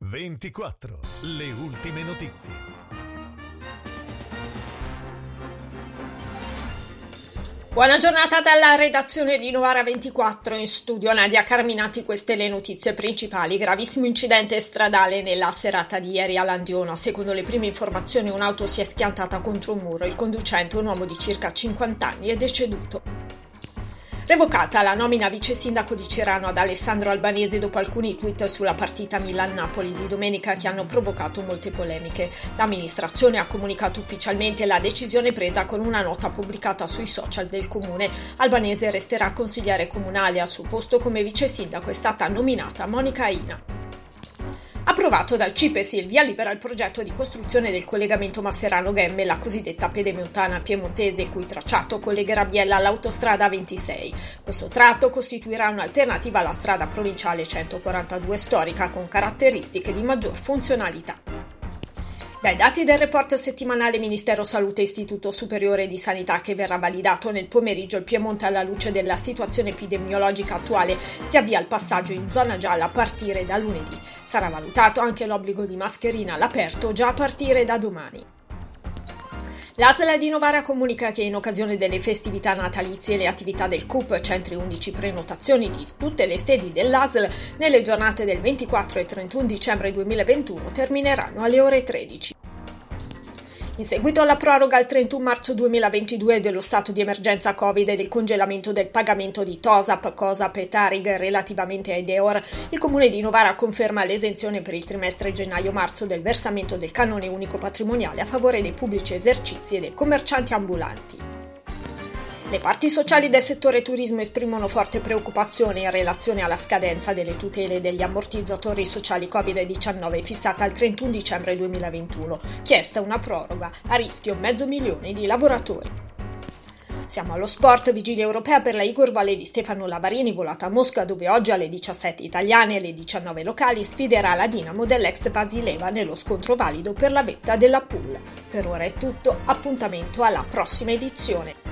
24. Le ultime notizie. Buona giornata dalla redazione di Novara 24, in studio Nadia Carminati. Queste le notizie principali. Gravissimo incidente stradale nella serata di ieri a Landiona. Secondo le prime informazioni un'auto si è schiantata contro un muro, il conducente, un uomo di circa 50 anni, è deceduto. Revocata la nomina vice sindaco di Cirano ad Alessandro Albanese dopo alcuni tweet sulla partita Milan-Napoli di domenica che hanno provocato molte polemiche. L'amministrazione ha comunicato ufficialmente la decisione presa con una nota pubblicata sui social del comune. Albanese resterà consigliere comunale. Al suo posto come vice sindaco è stata nominata Monica Aina. Approvato dal CIPES, il via libera il progetto di costruzione del collegamento Masserano-Ghemme, la cosiddetta pedemontana piemontese, il cui tracciato collegherà Biella all'autostrada 26. Questo tratto costituirà un'alternativa alla strada provinciale 142 storica con caratteristiche di maggior funzionalità. Dai dati del report settimanale Ministero Salute Istituto Superiore di Sanità, che verrà validato nel pomeriggio, il Piemonte, alla luce della situazione epidemiologica attuale, si avvia al passaggio in zona gialla a partire da lunedì. Sarà valutato anche l'obbligo di mascherina all'aperto già a partire da domani. L'ASL di Novara comunica che in occasione delle festività natalizie le attività del CUP, centri 11 prenotazioni di tutte le sedi dell'ASL, nelle giornate del 24 e 31 dicembre 2021 termineranno alle ore 13. In seguito alla proroga al 31 marzo 2022 dello stato di emergenza Covid e del congelamento del pagamento di TOSAP, COSAP e TARIG relativamente ai DEOR, il Comune di Novara conferma l'esenzione per il trimestre gennaio-marzo del versamento del canone unico patrimoniale a favore dei pubblici esercizi e dei commercianti ambulanti. Le parti sociali del settore turismo esprimono forte preoccupazione in relazione alla scadenza delle tutele degli ammortizzatori sociali Covid-19 fissata al 31 dicembre 2021, chiesta una proroga, a rischio 500.000 di lavoratori. Siamo allo sport. Vigilia europea per la Igor Valley di Stefano Lavarini, volata a Mosca, dove oggi alle 17 italiane e alle 19 locali sfiderà la Dinamo dell'ex Basileva nello scontro valido per la vetta della Pool. Per ora è tutto, appuntamento alla prossima edizione.